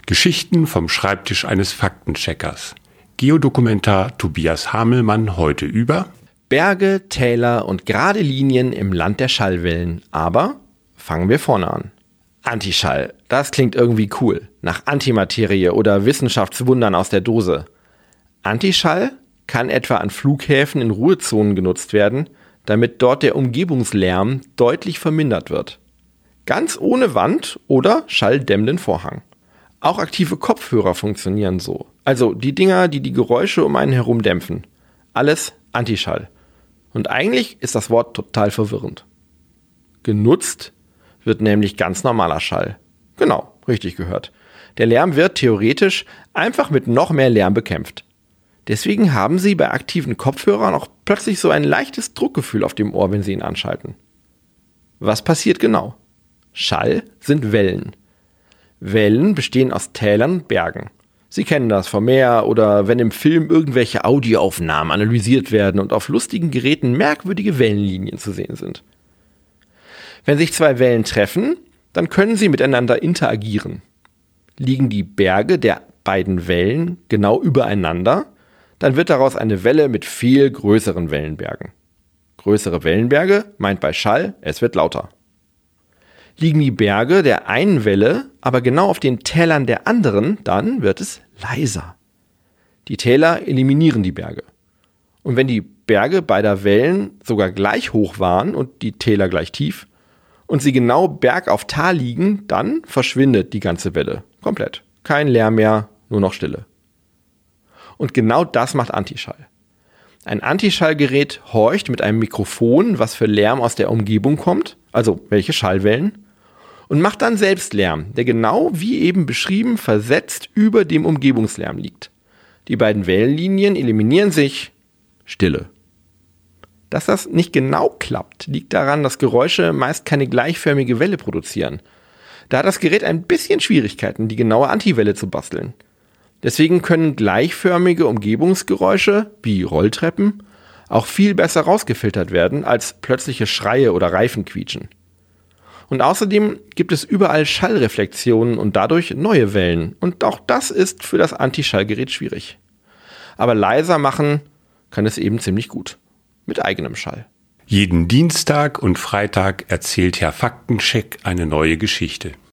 Geschichten vom Schreibtisch eines Faktencheckers. Geodokumentar Tobias Hamelmann heute über Berge, Täler und gerade Linien im Land der Schallwellen. Aber fangen wir vorne an. Antischall, das klingt irgendwie cool. Nach Antimaterie oder Wissenschaftswundern aus der Dose. Antischall kann etwa an Flughäfen in Ruhezonen genutzt werden, damit dort der Umgebungslärm deutlich vermindert wird. Ganz ohne Wand oder schalldämmenden Vorhang. Auch aktive Kopfhörer funktionieren so. Also die Dinger, die die Geräusche um einen herum dämpfen. Alles Antischall. Und eigentlich ist das Wort total verwirrend. Genutzt wird nämlich ganz normaler Schall. Genau, richtig gehört. Der Lärm wird theoretisch einfach mit noch mehr Lärm bekämpft. Deswegen haben Sie bei aktiven Kopfhörern auch plötzlich so ein leichtes Druckgefühl auf dem Ohr, wenn Sie ihn anschalten. Was passiert genau? Schall sind Wellen. Wellen bestehen aus Tälern und Bergen. Sie kennen das vom Meer oder wenn im Film irgendwelche Audioaufnahmen analysiert werden und auf lustigen Geräten merkwürdige Wellenlinien zu sehen sind. Wenn sich zwei Wellen treffen, dann können sie miteinander interagieren. Liegen die Berge der beiden Wellen genau übereinander, dann wird daraus eine Welle mit viel größeren Wellenbergen. Größere Wellenberge meint bei Schall, es wird lauter. Liegen die Berge der einen Welle aber genau auf den Tälern der anderen, dann wird es leiser. Die Täler eliminieren die Berge. Und wenn die Berge beider Wellen sogar gleich hoch waren und die Täler gleich tief und sie genau bergauf Tal liegen, dann verschwindet die ganze Welle komplett. Kein Lärm mehr, nur noch Stille. Und genau das macht Antischall. Ein Antischallgerät horcht mit einem Mikrofon, was für Lärm aus der Umgebung kommt, also welche Schallwellen, und macht dann selbst Lärm, der genau wie eben beschrieben versetzt über dem Umgebungslärm liegt. Die beiden Wellenlinien eliminieren sich, Stille. Dass das nicht genau klappt, liegt daran, dass Geräusche meist keine gleichförmige Welle produzieren. Da hat das Gerät ein bisschen Schwierigkeiten, die genaue Antiwelle zu basteln. Deswegen können gleichförmige Umgebungsgeräusche, wie Rolltreppen, auch viel besser rausgefiltert werden als plötzliche Schreie oder Reifenquietschen. Und außerdem gibt es überall Schallreflexionen und dadurch neue Wellen. Und auch das ist für das Antischallgerät schwierig. Aber leiser machen kann es eben ziemlich gut. Mit eigenem Schall. Jeden Dienstag und Freitag erzählt Herr Faktencheck eine neue Geschichte.